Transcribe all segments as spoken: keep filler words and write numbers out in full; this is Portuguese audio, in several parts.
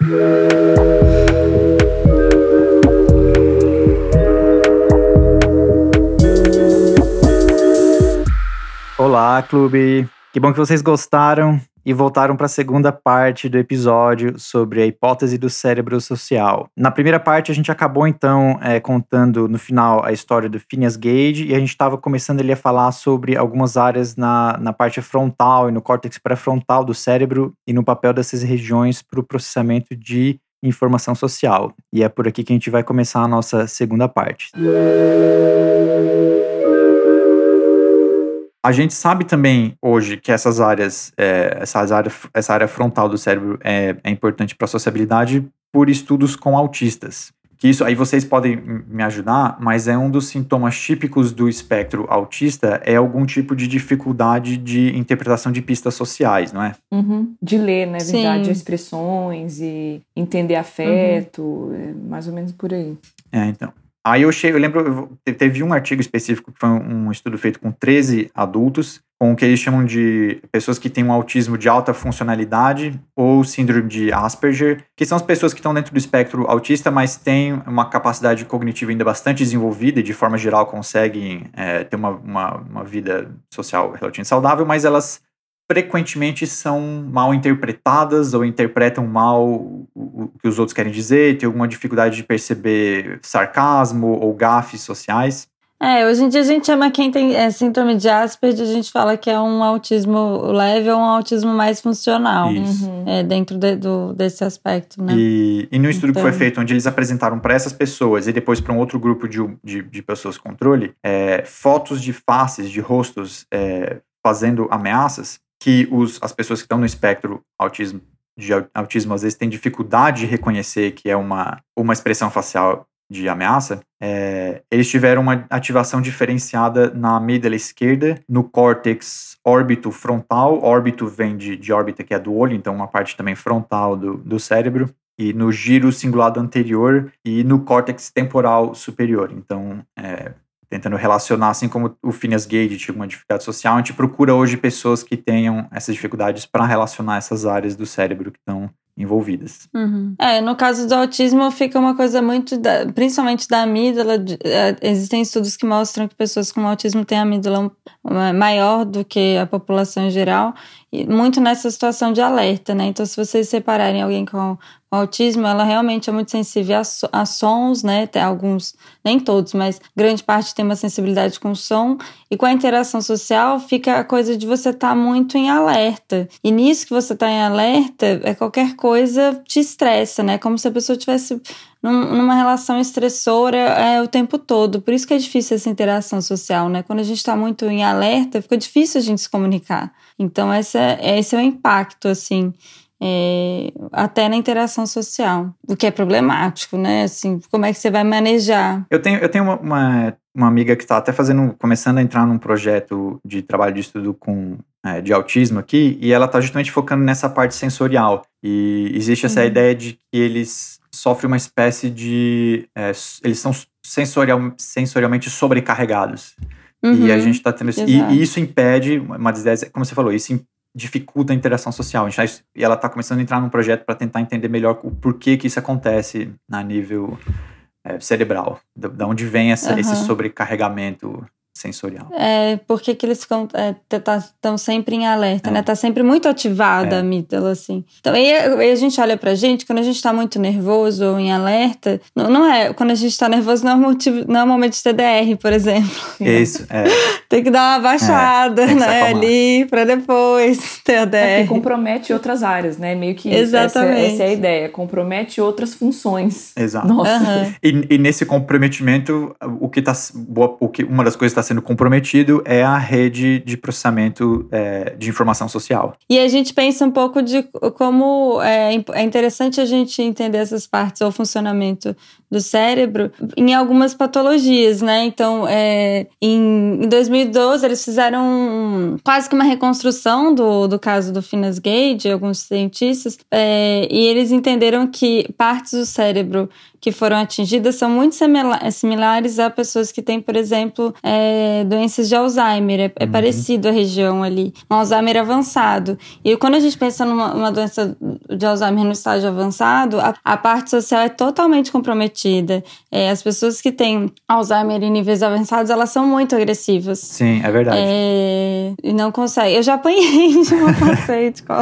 Olá, clube! Que bom que vocês gostaram e voltaram para a segunda parte do episódio sobre a hipótese do cérebro social. Na primeira parte, a gente acabou, então, é, contando no final a história do Phineas Gage e a gente estava começando ali a falar sobre algumas áreas na, na parte frontal e no córtex pré-frontal do cérebro e no papel dessas regiões para o processamento de informação social. E é por aqui que a gente vai começar a nossa segunda parte. A gente sabe também hoje que essas áreas, é, essas área, essa área frontal do cérebro é, é importante para a sociabilidade por estudos com autistas. Que isso, aí vocês podem me ajudar, mas é um dos sintomas típicos do espectro autista é algum tipo de dificuldade de interpretação de pistas sociais, não é? Uhum. De ler, na verdade, Sim. expressões e entender afeto, uhum. é mais ou menos por aí. É, então. Aí eu, cheguei, eu lembro, teve um artigo específico que foi um estudo feito com treze adultos, com o que eles chamam de pessoas que têm um autismo de alta funcionalidade ou síndrome de Asperger, que são as pessoas que estão dentro do espectro autista, mas têm uma capacidade cognitiva ainda bastante desenvolvida e de forma geral conseguem é, ter uma, uma, uma vida social relativamente saudável, mas elas frequentemente são mal interpretadas ou interpretam mal o, o que os outros querem dizer, tem alguma dificuldade de perceber sarcasmo ou gafes sociais. É, hoje em dia a gente chama quem tem é, síndrome de Asperger, a gente fala que é um autismo leve ou um autismo mais funcional. Isso. É, dentro de, do, desse aspecto, né? E, e no estudo então, que foi feito, onde eles apresentaram para essas pessoas e depois para um outro grupo de, de, de pessoas com controle, é, fotos de faces, de rostos é, fazendo ameaças, que os, as pessoas que estão no espectro autismo, de autismo às vezes têm dificuldade de reconhecer que é uma, uma expressão facial de ameaça, é, eles tiveram uma ativação diferenciada na amígdala esquerda, no córtex órbito frontal, órbito vem de, de órbita que é do olho, então uma parte também frontal do, do cérebro, e no giro cingulado anterior e no córtex temporal superior, então é, tentando relacionar, assim como o Phineas Gage tinha uma dificuldade social, a gente procura hoje pessoas que tenham essas dificuldades para relacionar essas áreas do cérebro que estão envolvidas. Uhum. É, no caso do autismo fica uma coisa muito, da, principalmente da amígdala, de, é, existem estudos que mostram que pessoas com autismo têm a amígdala maior do que a população em geral, e muito nessa situação de alerta, né? Então, se vocês separarem alguém com autismo, ela realmente é muito sensível a, so, a sons, né? Tem alguns, nem todos, mas grande parte tem uma sensibilidade com som, e com a interação social fica a coisa de você estar tá muito em alerta. E nisso que você está em alerta, é qualquer coisa te estressa, né? Como se a pessoa tivesse num, numa relação estressora é, o tempo todo. Por isso que é difícil essa interação social, né? Quando a gente está muito em alerta, fica difícil a gente se comunicar. Então, essa, esse é o impacto, assim, é, até na interação social, o que é problemático, né? Assim, como é que você vai manejar? Eu tenho, eu tenho uma, uma, uma amiga que está até fazendo, começando a entrar num projeto de trabalho de estudo com, é, de autismo aqui, e ela está justamente focando nessa parte sensorial. E existe essa uhum. ideia de que eles sofrem uma espécie de... É, eles são sensorial, sensorialmente sobrecarregados. Uhum, e a gente está tendo isso, e, e isso impede, uma das ideias, como você falou, isso dificulta a interação social. A gente, e ela está começando a entrar num projeto para tentar entender melhor o porquê que isso acontece a nível é, cerebral, da, da onde vem essa, uhum. esse sobrecarregamento sensorial. É, porque que eles ficam, é, tá, tão sempre em alerta, é. né? Tá sempre muito ativada é. a amígdala, assim. Então, aí, aí a gente olha pra gente, quando a gente tá muito nervoso ou em alerta, não, não é, quando a gente tá nervoso não é, motivo, não é momento de T D R, por exemplo. Isso, é. Tem que dar uma baixada, é, né, ali, pra depois ter a D R. É que compromete outras áreas, né? Meio que Exatamente. Essa, essa é a ideia, compromete outras funções. Exato. Nossa. Uhum. E, e nesse comprometimento, o que tá, o que, uma das coisas que está sendo comprometido é a rede de processamento é, de informação social. E a gente pensa um pouco de como é, é interessante a gente entender essas partes ou funcionamento do cérebro em algumas patologias, né? Então, é, em, em dois mil e doze, eles fizeram um, quase que uma reconstrução do, do caso do Phineas Gage, alguns cientistas, é, e eles entenderam que partes do cérebro que que foram atingidas são muito similares a pessoas que têm, por exemplo, é, doenças de Alzheimer. É, é uhum. parecido a região ali. Um Alzheimer avançado. E quando a gente pensa numa uma doença de Alzheimer no estágio avançado, a, a parte social é totalmente comprometida. É, as pessoas que têm Alzheimer em níveis avançados, elas são muito agressivas. Sim, é verdade. É, e não conseguem. Eu já apanhei de uma paciente com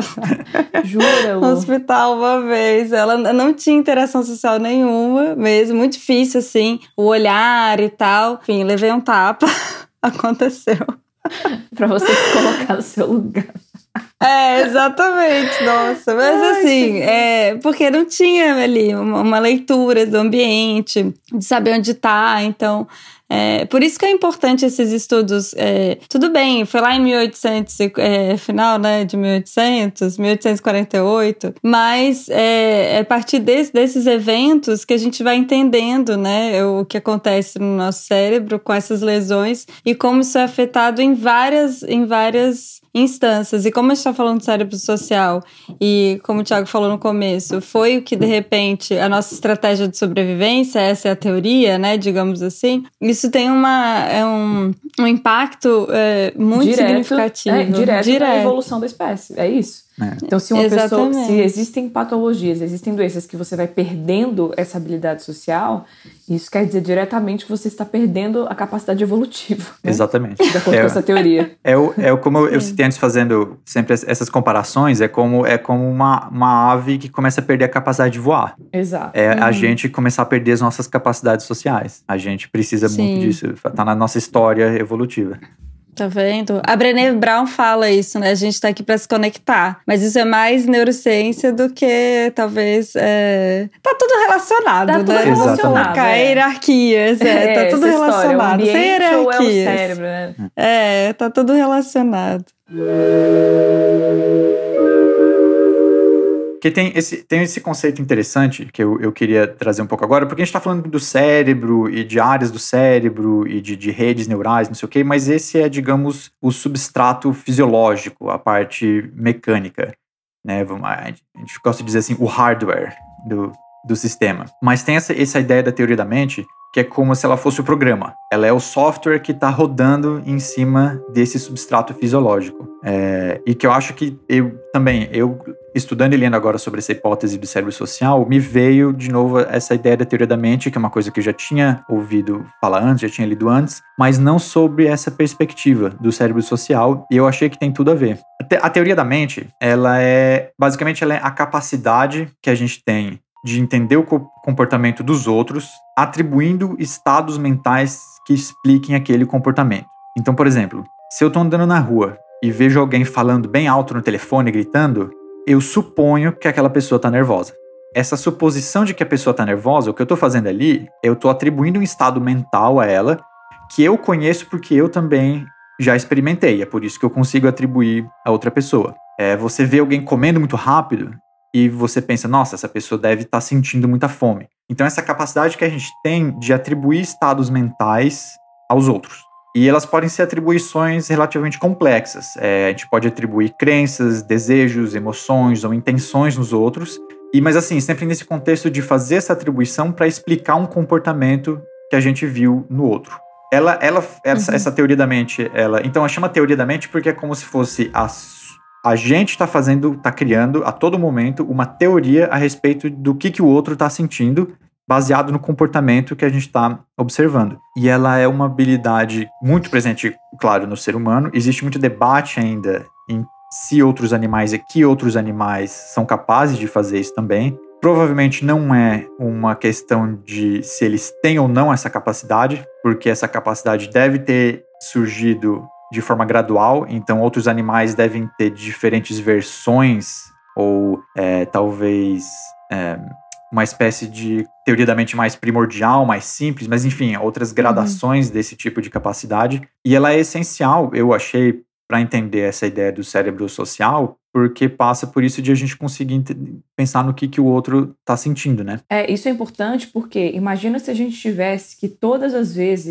Jura? No hospital uma vez. Ela não tinha interação social nenhuma mesmo. Muito difícil, assim. O olhar e tal. Enfim, levei um tapa. Aconteceu. Pra você se colocar no seu lugar. É, exatamente, nossa. Mas Ai, assim, é, porque não tinha ali uma, uma leitura do ambiente, de saber onde tá, então... É, por isso que é importante esses estudos. É, tudo bem, foi lá em mil e oitocentos, é, final, né, de mil e oitocentos, mil oitocentos e quarenta e oito, mas é, é a partir desse, desses eventos que a gente vai entendendo, né, o que acontece no nosso cérebro com essas lesões e como isso é afetado em várias, em várias instâncias. E como a gente está falando de cérebro social e como o Thiago falou no começo, foi o que de repente a nossa estratégia de sobrevivência, essa é a teoria, né, digamos assim, isso tem uma, é um, um impacto é, muito direto, significativo. É, direto, direto na evolução da espécie, é isso. É. Então, se uma Exatamente. pessoa, se existem patologias, existem doenças que você vai perdendo essa habilidade social, isso quer dizer diretamente que você está perdendo a capacidade evolutiva. Né? Exatamente. De acordo é, com essa teoria. É, o, é o, como eu, eu citei antes, fazendo sempre essas comparações, é como, é como uma, uma ave que começa a perder a capacidade de voar. Exato. É uhum. a gente começar a perder as nossas capacidades sociais. A gente precisa Sim. muito disso. Tá na nossa história evolutiva. Tá vendo? A Brené Brown fala isso, né? A gente tá aqui pra se conectar. Mas isso é mais neurociência do que, talvez... É... Tá tudo relacionado, tá né? Tudo relacionado, é. Hierarquias, é. é tá tudo relacionado. O Sem hierarquias. Ou é o cérebro, né? É, tá tudo relacionado. Porque tem esse, tem esse conceito interessante que eu, eu queria trazer um pouco agora, porque a gente está falando do cérebro e de áreas do cérebro e de, de redes neurais, não sei o quê, mas esse é, digamos, o substrato fisiológico, a parte mecânica, né? A gente gosta de dizer assim, o hardware do, do sistema. Mas tem essa, essa ideia da teoria da mente, que é como se ela fosse o programa. Ela é o software que está rodando em cima desse substrato fisiológico. É, e que eu acho que eu também, eu estudando e lendo agora sobre essa hipótese do cérebro social, me veio de novo essa ideia da teoria da mente, que é uma coisa que eu já tinha ouvido falar antes, já tinha lido antes, mas não sobre essa perspectiva do cérebro social, e eu achei que tem tudo a ver. A teoria da mente, ela é, basicamente, ela é a capacidade que a gente tem de entender o comportamento dos outros, atribuindo estados mentais que expliquem aquele comportamento. Então, por exemplo, se eu estou andando na rua e vejo alguém falando bem alto no telefone, gritando, eu suponho que aquela pessoa está nervosa. Essa suposição de que a pessoa está nervosa, o que eu estou fazendo ali, eu estou atribuindo um estado mental a ela que eu conheço porque eu também já experimentei. É por isso que eu consigo atribuir a outra pessoa. É, você vê alguém comendo muito rápido e você pensa, nossa, essa pessoa deve estar sentindo muita fome. Então, essa capacidade que a gente tem de atribuir estados mentais aos outros. E elas podem ser atribuições relativamente complexas. É, a gente pode atribuir crenças, desejos, emoções ou intenções nos outros. E, mas assim, sempre nesse contexto de fazer essa atribuição para explicar um comportamento que a gente viu no outro. Ela, ela, essa, uhum. essa teoria da mente, ela, então ela chama teoria da mente porque é como se fosse a, a gente está fazendo, está criando a todo momento uma teoria a respeito do que, que o outro está sentindo, baseado no comportamento que a gente está observando. E ela é uma habilidade muito presente, claro, no ser humano. Existe muito debate ainda em se outros animais e que outros animais são capazes de fazer isso também. Provavelmente não é uma questão de se eles têm ou não essa capacidade, porque essa capacidade deve ter surgido de forma gradual, então outros animais devem ter diferentes versões ou é, talvez... É, uma espécie de teoria da mente mais primordial, mais simples, mas enfim, outras gradações uhum. desse tipo de capacidade. E ela é essencial, eu achei, para entender essa ideia do cérebro social, porque passa por isso de a gente conseguir pensar no que, que o outro está sentindo, né? É, isso é importante porque imagina se a gente tivesse que todas as vezes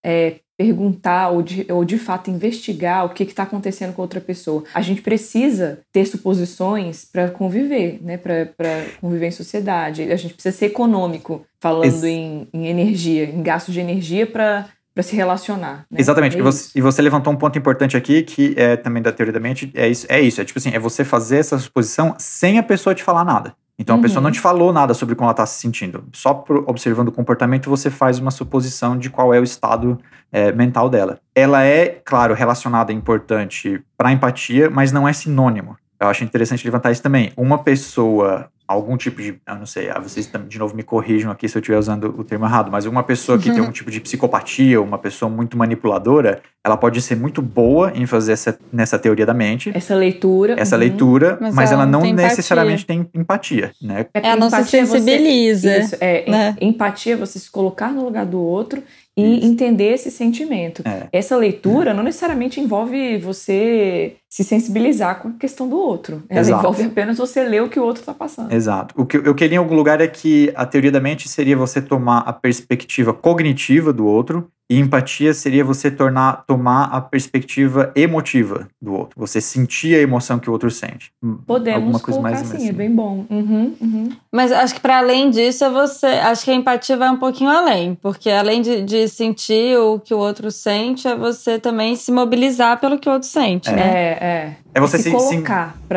é, perguntar ou de, ou de fato investigar o que está acontecendo com outra pessoa. A gente precisa ter suposições para conviver, né? Para conviver em sociedade. A gente precisa ser econômico, falando em, em energia, em gasto de energia para para se relacionar. Né? Exatamente. É e, você, e você levantou um ponto importante aqui, que é também da teoria da mente, é isso, é isso. É tipo assim, é você fazer essa suposição sem a pessoa te falar nada. Então, uhum. a pessoa não te falou nada sobre como ela está se sentindo. Só por, observando o comportamento, você faz uma suposição de qual é o estado é, mental dela. Ela é, claro, relacionada, importante para a empatia, mas não é sinônimo. Eu acho interessante levantar isso também. Uma pessoa, algum tipo de, eu não sei, vocês de novo me corrijam aqui se eu estiver usando o termo errado, mas uma pessoa que uhum. tem um tipo de psicopatia, uma pessoa muito manipuladora, ela pode ser muito boa em fazer essa, nessa teoria da mente. Essa leitura. Essa uhum. leitura, mas, mas ela, ela não tem necessariamente empatia. tem empatia, né? É ela não se sensibiliza. Você, isso, é, né? Empatia, você se colocar no lugar do outro e isso. entender esse sentimento. É. Essa leitura é. não necessariamente envolve você se sensibilizar com a questão do outro. Ela Exato. envolve apenas você ler o que o outro está passando. Exato. O que eu queria em algum lugar é que a teoria da mente seria você tomar a perspectiva cognitiva do outro, e empatia seria você tornar, tomar a perspectiva emotiva do outro. Você sentir a emoção que o outro sente. Podemos Alguma coisa colocar mais assim, é bem bom. Uhum, uhum. Mas acho que para além disso, você, acho que a empatia vai um pouquinho além. Porque além de, de sentir o que o outro sente, é você também se mobilizar pelo que o outro sente, é. né? É, é. É você se, se colocar se... para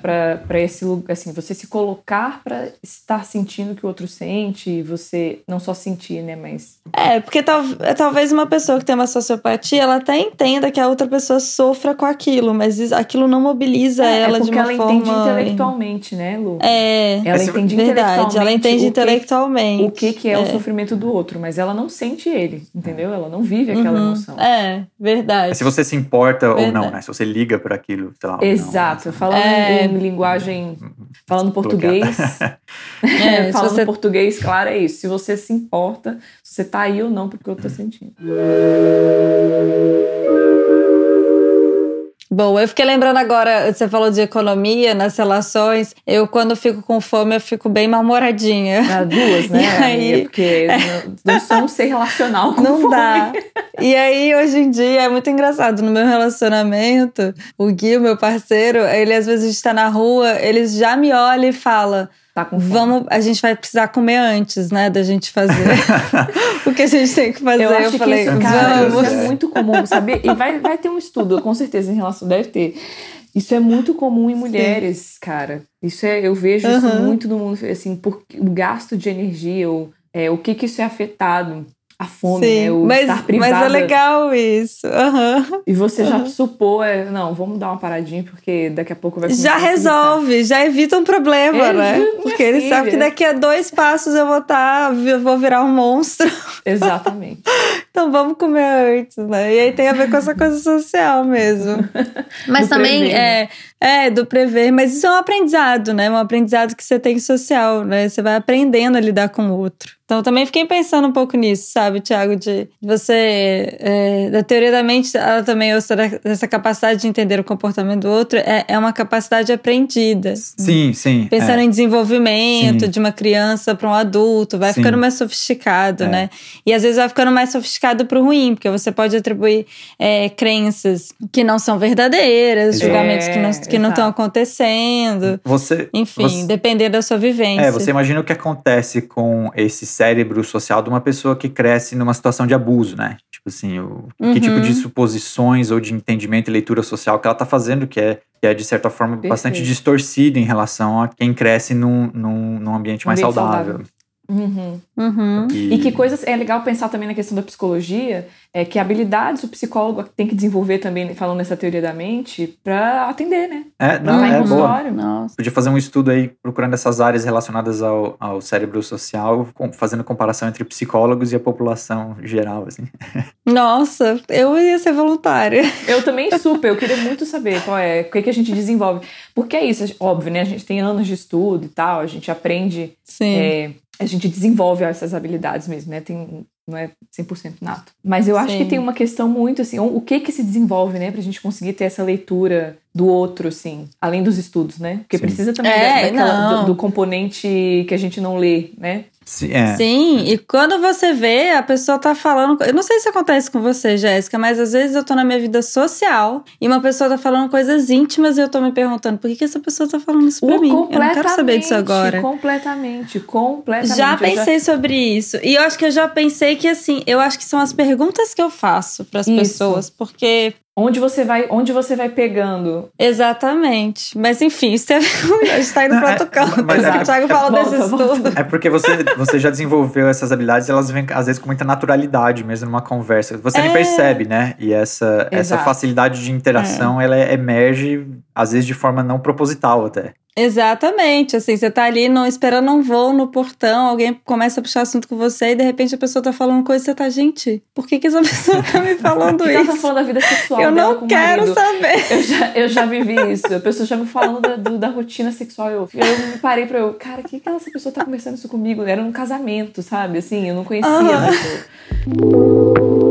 é. esse lugar, assim, você se colocar para estar sentindo o que o outro sente, e você não só sentir, né, mas... É, porque tal, talvez uma pessoa que tem uma sociopatia, ela até entenda que a outra pessoa sofra com aquilo, mas aquilo não mobiliza é, ela é de uma ela forma... entende intelectualmente, né, Lu? É, ela entende verdade, intelectualmente ela entende o intelectualmente. Que, o que, que é, é o sofrimento do outro, mas ela não sente ele, entendeu? Ela não vive aquela uhum. emoção. É, verdade. É se você se importa verdade. ou não, né? Se você liga para aquilo, sei lá. Exato. Não, falando é... em linguagem, falando português, é, falando você... português, claro, é isso. Se você se importa, se você tá aí ou não, porque eu tô sentindo. Bom, eu fiquei lembrando agora, você falou de economia nas relações. Eu, quando fico com fome, eu fico bem mal-humoradinha. Ah, duas, né? E aí, porque é. não, não somos ser relacional com não fome. Dá. E aí, hoje em dia, é muito engraçado. No meu relacionamento, o Gui, o meu parceiro, ele às vezes está na rua, ele já me olha e fala... Tá com fome. Vamos, a gente vai precisar comer antes, né, da gente fazer o que a gente tem que fazer. Eu, acho eu falei, que isso, cara, vamos. Isso é muito comum, sabe? E vai, vai ter um estudo, com certeza, em relação, deve ter. Isso é muito comum em mulheres, Sim. cara. Isso é, eu vejo uhum. isso muito no mundo, assim, por, o gasto de energia, ou, é, o que que isso é afetado. A fome, Sim, né? O mas, estar privada. Mas é legal isso. Uhum. E você já uhum. supor, é, não, vamos dar uma paradinha, porque daqui a pouco vai começar Já resolve, já evita um problema, é, né? Porque ele filha. sabe que daqui a dois passos eu vou estar, eu vou virar um monstro. Exatamente. Então vamos comer antes, né? E aí tem a ver com essa coisa social mesmo. Mas do também prever, é, né? é do prever, mas isso é um aprendizado, né? Um aprendizado que você tem social, né? Você vai aprendendo a lidar com o outro. Então, também fiquei pensando um pouco nisso, sabe, Thiago? De você, é, da teoria da mente, ela também usa essa capacidade de entender o comportamento do outro, é, é uma capacidade aprendida. Sim, sim. Pensando é. em desenvolvimento sim. de uma criança para um adulto, vai sim. ficando mais sofisticado, é. né? E às vezes vai ficando mais sofisticado pro ruim, porque você pode atribuir é, crenças que não são verdadeiras, é, julgamentos que não, que não estão acontecendo. Você, Enfim, você, depender da sua vivência. É, você imagina o que acontece com esse cérebro social de uma pessoa que cresce numa situação de abuso, né? Tipo assim, o, uhum. que tipo de suposições ou de entendimento e leitura social que ela tá fazendo, que é, que é de certa forma, Perfeito. bastante distorcido em relação a quem cresce num, num, num ambiente mais ambiente saudável. saudável. Uhum. Uhum. E... e que coisas, é legal pensar também na questão da psicologia, é que habilidades o psicólogo tem que desenvolver também, falando nessa teoria da mente, pra atender, né? É, não, é boa. Nossa. Podia fazer um estudo aí, procurando essas áreas relacionadas ao, ao cérebro social, com, fazendo comparação entre psicólogos e a população geral, assim. Nossa, eu ia ser voluntária. Eu também super, eu queria muito saber qual é, o que, que a gente desenvolve. Porque é isso, óbvio, né? A gente tem anos de estudo e tal, a gente aprende... Sim. É, a gente desenvolve essas habilidades mesmo, né? Tem não é cem por cento nato. Mas eu acho Sim. que tem uma questão muito, assim, o que que se desenvolve, né, pra gente conseguir ter essa leitura do outro, assim, além dos estudos, né? Porque Sim. precisa também é, da, daquela, do, do componente que a gente não lê, né? Sim, é. Sim, e quando você vê, a pessoa tá falando... Eu não sei se acontece com você, Jéssica, mas às vezes eu tô na minha vida social e uma pessoa tá falando coisas íntimas e eu tô me perguntando por que, que essa pessoa tá falando isso pra uh, mim? Eu não quero saber disso agora. Completamente, completamente. Já pensei já... sobre isso. E eu acho que eu já pensei que, assim, eu acho que são as perguntas que eu faço pras isso. pessoas, porque... Onde você vai, onde você vai pegando. Exatamente. Mas enfim, isso é... a gente tá indo pro outro canto. Mas é, o Thiago é, falou é, desse volta, estudo. É porque você, você já desenvolveu essas habilidades e elas vêm, às vezes, com muita naturalidade mesmo numa conversa. Você é. nem percebe, né? E essa, essa facilidade de interação, é. ela emerge, às vezes, de forma não proposital até. Exatamente, assim, você tá ali não, esperando um voo no portão, alguém começa a puxar assunto com você e de repente a pessoa tá falando coisa e você tá, gente, por que que essa pessoa tá me falando isso? Ela tá falando da vida sexual eu dela não com quero o marido. saber. Eu já, eu já vivi isso, a pessoa já me falando da, do, da rotina sexual, eu, eu me parei pra eu, cara, que que essa pessoa tá conversando isso comigo? Era um casamento, sabe, assim, eu não conhecia uhum. a pessoa.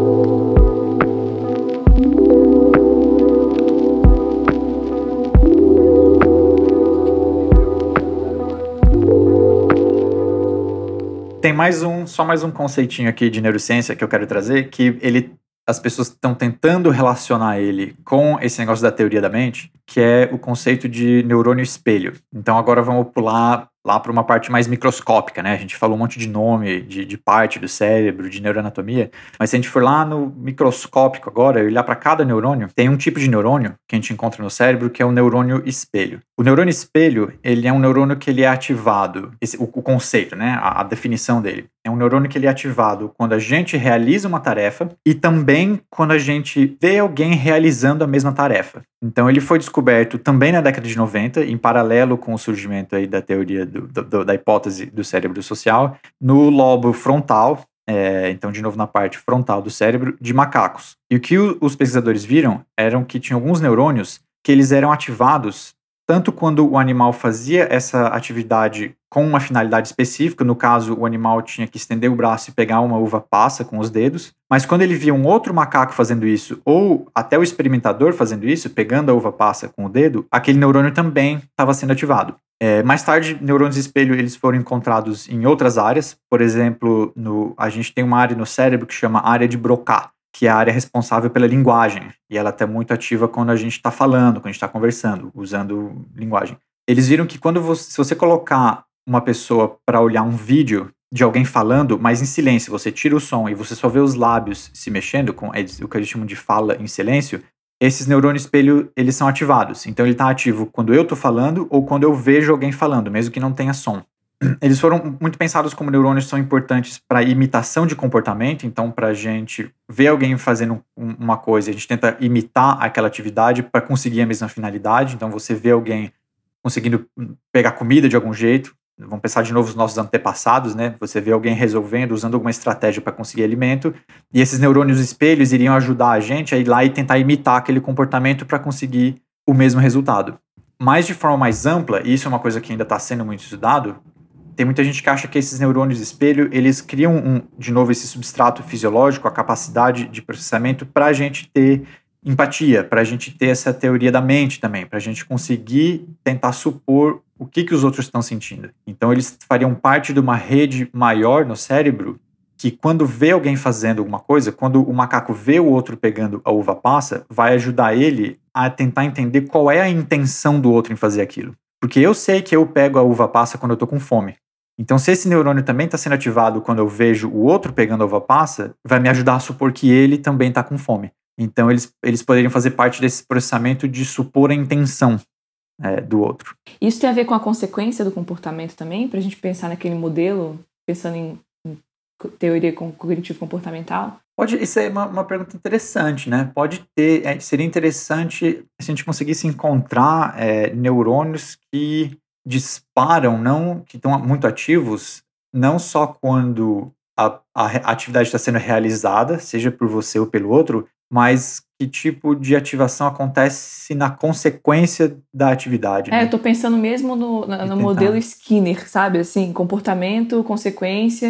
Tem mais um, só mais um conceitinho aqui de neurociência que eu quero trazer, que ele, as pessoas estão tentando relacionar ele com esse negócio da teoria da mente, que é o conceito de neurônio espelho. Então agora vamos pular lá para uma parte mais microscópica, né? A gente falou um monte de nome, de, de parte do cérebro, de neuroanatomia, mas se a gente for lá no microscópico agora, olhar para cada neurônio, tem um tipo de neurônio que a gente encontra no cérebro que é o neurônio espelho. O neurônio espelho, ele é um neurônio que ele é ativado, esse, o, o conceito, né? A, a definição dele. É um neurônio que ele é ativado quando a gente realiza uma tarefa e também quando a gente vê alguém realizando a mesma tarefa. Então ele foi descoberto também na década de noventa, em paralelo com o surgimento aí da teoria do, do, da hipótese do cérebro social, no lobo frontal, é, então de novo na parte frontal do cérebro, de macacos. E o que o, os pesquisadores viram eram que tinha alguns neurônios que eles eram ativados tanto quando o animal fazia essa atividade com uma finalidade específica, no caso o animal tinha que estender o braço e pegar uma uva passa com os dedos, mas quando ele via um outro macaco fazendo isso, ou até o experimentador fazendo isso, pegando a uva passa com o dedo, aquele neurônio também estava sendo ativado. É, mais tarde, neurônios espelho eles foram encontrados em outras áreas, por exemplo, no, a gente tem uma área no cérebro que chama área de Broca, que é a área responsável pela linguagem, e ela está muito ativa quando a gente está falando, quando a gente está conversando, usando linguagem. Eles viram que quando você, se você colocar uma pessoa para olhar um vídeo de alguém falando, mas em silêncio, você tira o som e você só vê os lábios se mexendo, com o que eles chamam de fala em silêncio, esses neurônios espelho, eles são ativados. Então ele está ativo quando eu estou falando ou quando eu vejo alguém falando, mesmo que não tenha som. Eles foram muito pensados como neurônios são importantes para imitação de comportamento, então para a gente ver alguém fazendo uma coisa, a gente tenta imitar aquela atividade para conseguir a mesma finalidade, então você vê alguém conseguindo pegar comida de algum jeito, vamos pensar de novo nos nossos antepassados, né? Você vê alguém resolvendo, usando alguma estratégia para conseguir alimento, e esses neurônios espelhos iriam ajudar a gente a ir lá e tentar imitar aquele comportamento para conseguir o mesmo resultado. Mas de forma mais ampla, e isso é uma coisa que ainda está sendo muito estudado, tem muita gente que acha que esses neurônios espelho, eles criam, um, de novo, esse substrato fisiológico, a capacidade de processamento para a gente ter empatia, para a gente ter essa teoria da mente também, para a gente conseguir tentar supor o que, que os outros estão sentindo. Então, eles fariam parte de uma rede maior no cérebro que, quando vê alguém fazendo alguma coisa, quando o macaco vê o outro pegando a uva passa, vai ajudar ele a tentar entender qual é a intenção do outro em fazer aquilo. Porque eu sei que eu pego a uva passa quando eu tô com fome. Então, se esse neurônio também está sendo ativado quando eu vejo o outro pegando a uva passa, vai me ajudar a supor que ele também está com fome. Então, eles, eles poderiam fazer parte desse processamento de supor a intenção é, do outro. Isso tem a ver com a consequência do comportamento também? Para a gente pensar naquele modelo, pensando em, em teoria cognitivo-comportamental? Pode, isso é uma, uma pergunta interessante, né? Pode ter, é, seria interessante se a gente conseguisse encontrar é, neurônios que disparam, não, que estão muito ativos, não só quando a, a atividade está sendo realizada, seja por você ou pelo outro, mas que tipo de ativação acontece na consequência da atividade. É, né? Eu tô pensando mesmo no, no, no modelo Skinner, sabe? Assim, comportamento, consequência,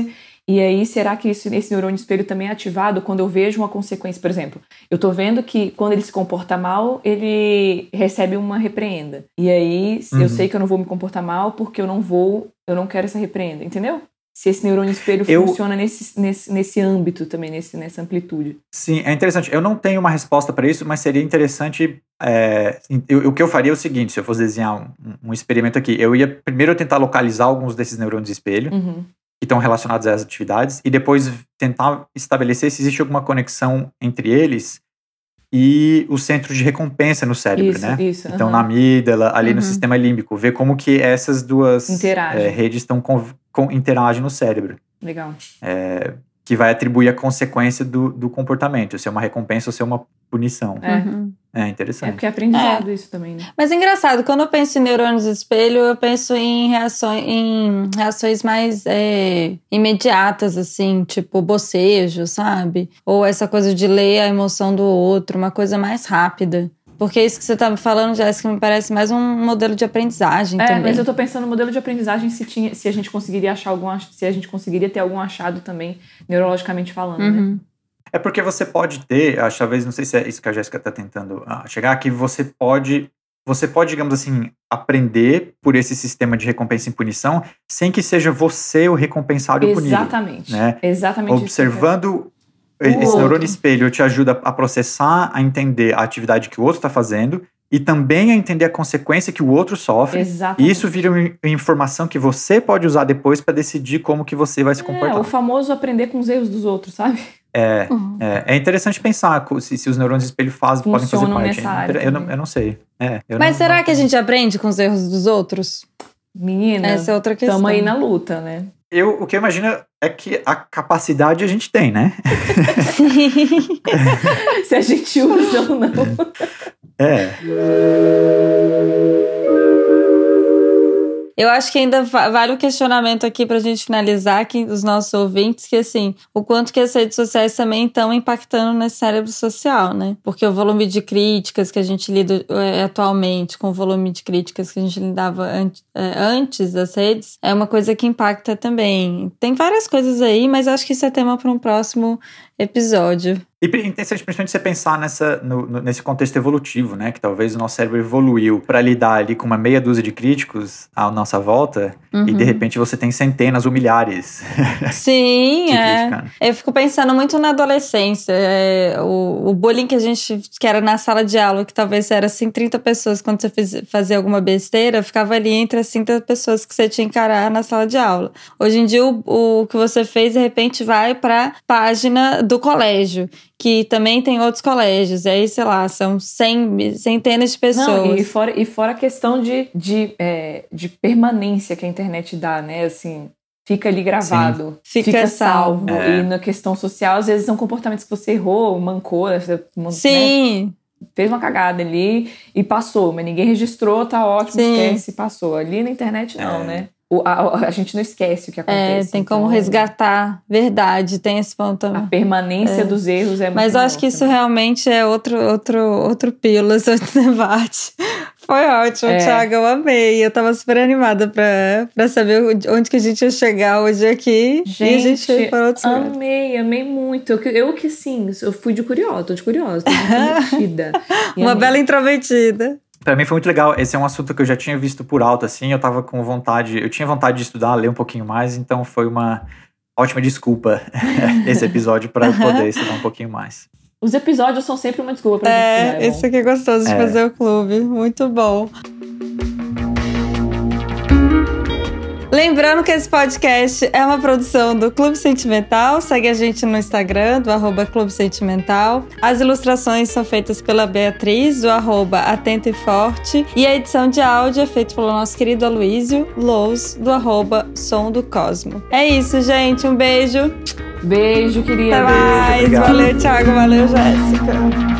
E aí, será que esse, esse neurônio espelho também é ativado quando eu vejo uma consequência? Por exemplo, eu tô vendo que quando ele se comporta mal, ele recebe uma repreenda. E aí, uhum. eu sei que eu não vou me comportar mal porque eu não vou, eu não quero essa repreenda, entendeu? Se esse neurônio espelho eu... funciona nesse, nesse, nesse âmbito também, nesse, nessa amplitude. Sim, é interessante. Eu não tenho uma resposta para isso, mas seria interessante... É, eu, o que eu faria é o seguinte, se eu fosse desenhar um, um experimento aqui, eu ia primeiro tentar localizar alguns desses neurônios espelho, uhum. que estão relacionados a essas atividades, e depois tentar estabelecer se existe alguma conexão entre eles e o centro de recompensa no cérebro, isso, né? Isso, então, uhum. na amígdala, ali uhum. no sistema límbico, ver como que essas duas é, redes estão com, com, interagem no cérebro. Legal. É, que vai atribuir a consequência do, do comportamento, se é uma recompensa ou se é uma punição. É, uhum. é interessante. É porque é aprendizado é. isso também, né? Mas é engraçado, quando eu penso em neurônios espelho, eu penso em reações, em reações mais é, imediatas, assim, tipo bocejo, sabe? Ou essa coisa de ler a emoção do outro, uma coisa mais rápida. Porque isso que você estava falando, Jéssica, me parece mais um modelo de aprendizagem é, também. Mas eu tô pensando no modelo de aprendizagem se, tinha, se a gente conseguiria achar algum, se a gente conseguiria ter algum achado também, neurologicamente falando, uhum. né? É porque você pode ter, acho, talvez, não sei se é isso que a Jéssica está tentando uh, chegar, que você pode, você pode, digamos assim, aprender por esse sistema de recompensa e punição, sem que seja você o recompensado e o punido. Exatamente. Né? Exatamente. Observando esse neurônio espelho te ajuda a processar, a entender a atividade que o outro está fazendo e também a entender a consequência que o outro sofre. Exatamente. E isso vira uma informação que você pode usar depois para decidir como que você vai se comportar. É, o famoso aprender com os erros dos outros, sabe? É, uhum. é, é interessante pensar se, se os neurônios espelho fazem, podem fazer parte. Nessa área eu, não, eu não sei. É, eu Mas não, será não... que a gente aprende com os erros dos outros? Menina, essa é outra questão. Estamos aí na luta, né? Eu, o que eu imagino é que a capacidade a gente tem, né? Se a gente usa ou não. É. Eu acho que ainda vale o questionamento aqui pra gente finalizar aqui os nossos ouvintes, que assim, o quanto que as redes sociais também estão impactando nesse cérebro social, né? Porque o volume de críticas que a gente lida é, atualmente, com o volume de críticas que a gente lidava antes, é, antes das redes, é uma coisa que impacta também. Tem várias coisas aí, mas acho que isso é tema para um próximo episódio. E é interessante, principalmente, você pensar nessa, no, no, nesse contexto evolutivo, né? Que talvez o nosso cérebro evoluiu para lidar ali com uma meia dúzia de críticos à nossa volta, uhum. e de repente você tem centenas ou milhares. Sim, é. Eu fico pensando muito na adolescência. É, o, o bullying que a gente, que era na sala de aula, que talvez era assim, trinta pessoas, quando você fez, fazia alguma besteira, ficava ali entre as trinta pessoas que você tinha que encarar na sala de aula. Hoje em dia, o, o que você fez, de repente, vai para página do colégio, que também tem outros colégios, e aí, sei lá, são cem, centenas de pessoas. Não, e, fora, e fora a questão de, de, é, de permanência que a internet dá, né, assim, fica ali gravado, fica, fica salvo. salvo. É. E na questão social, às vezes são comportamentos que você errou, mancou, você, Sim. Né, fez uma cagada ali e passou, mas ninguém registrou, tá ótimo, Sim. esquece, passou. Ali na internet não, é. né? O, a, a gente não esquece o que acontece. É, tem então, como resgatar verdade, tem esse ponto também. A permanência é. dos erros é muito Mas eu acho que isso também. realmente é outro, outro, outro pílula, outro debate. Foi ótimo, é. Thiago, eu amei. Eu tava super animada pra, pra saber onde que a gente ia chegar hoje aqui. Gente, e a gente foi para outros amei, lugares. amei muito. Eu, eu que sim, eu fui de curiosa, tô de curiosa, tô intrometida. Uma amei. bela intrometida. Pra mim foi muito legal, esse é um assunto que eu já tinha visto por alto, assim, eu tava com vontade, eu tinha vontade de estudar, ler um pouquinho mais, então foi uma ótima desculpa esse episódio pra eu poder estudar um pouquinho mais. Os episódios são sempre uma desculpa pra é, gente estudar. É, isso aqui é gostoso de é. fazer o clube, muito bom. Lembrando que esse podcast é uma produção do Clube Sentimental. Segue a gente no Instagram, do arroba Clube Sentimental. As ilustrações são feitas pela Beatriz, do arroba Atento e Forte. E a edição de áudio é feita pelo nosso querido Aloysio Lous, do arroba Som do Cosmo. É isso, gente. Um beijo. Beijo, querida. Até mais. Beijo, valeu, Thiago. Valeu, Jéssica.